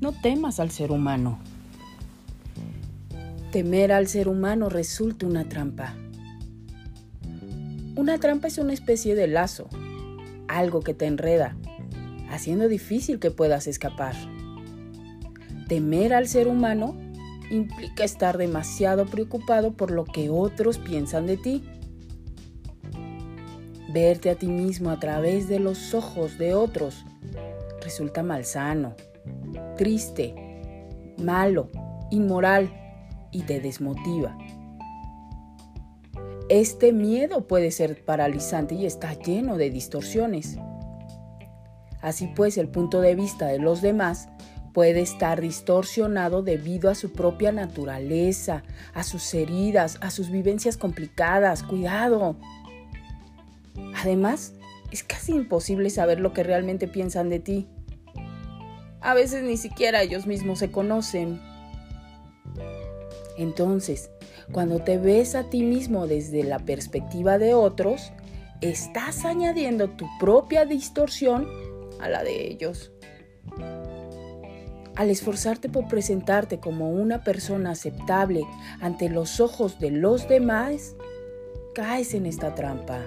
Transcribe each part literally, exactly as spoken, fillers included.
No temas al ser humano. Temer al ser humano resulta una trampa. Una trampa es una especie de lazo, algo que te enreda, haciendo difícil que puedas escapar. Temer al ser humano implica estar demasiado preocupado por lo que otros piensan de ti. Verte a ti mismo a través de los ojos de otros resulta malsano, triste, malo, inmoral y te desmotiva. Este miedo puede ser paralizante y está lleno de distorsiones. Así pues, el punto de vista de los demás puede estar distorsionado debido a su propia naturaleza, a sus heridas, a sus vivencias complicadas. ¡Cuidado! Además, es casi imposible saber lo que realmente piensan de ti. A veces ni siquiera ellos mismos se conocen. Entonces, cuando te ves a ti mismo desde la perspectiva de otros, estás añadiendo tu propia distorsión a la de ellos. Al esforzarte por presentarte como una persona aceptable ante los ojos de los demás, caes en esta trampa.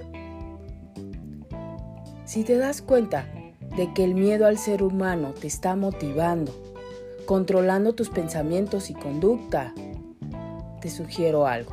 Si te das cuenta de que el miedo al ser humano te está motivando, controlando tus pensamientos y conducta, te sugiero algo.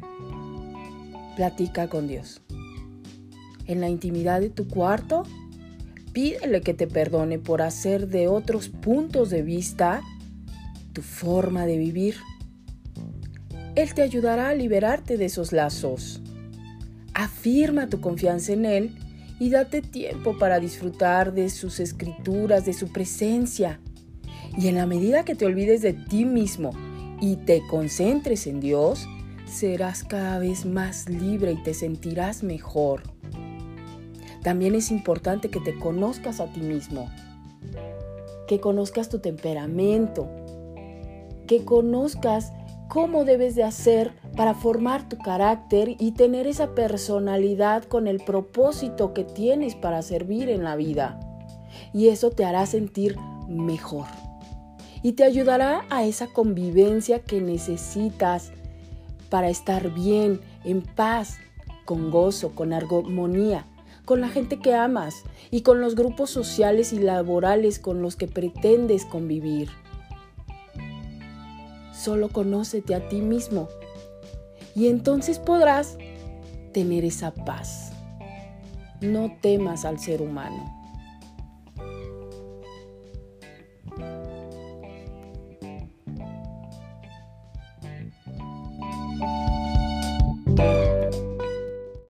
Platica con Dios. En la intimidad de tu cuarto, pídele que te perdone por hacer de otros puntos de vista tu forma de vivir. Él te ayudará a liberarte de esos lazos. Afirma tu confianza en Él y date tiempo para disfrutar de sus escrituras, de su presencia. Y en la medida que te olvides de ti mismo y te concentres en Dios, serás cada vez más libre y te sentirás mejor. También es importante que te conozcas a ti mismo, que conozcas tu temperamento, que conozcas cómo debes de hacer para formar tu carácter y tener esa personalidad con el propósito que tienes para servir en la vida. Y eso te hará sentir mejor y te ayudará a esa convivencia que necesitas para estar bien, en paz, con gozo, con armonía, con la gente que amas y con los grupos sociales y laborales con los que pretendes convivir. Solo conócete a ti mismo y entonces podrás tener esa paz. No temas al ser humano.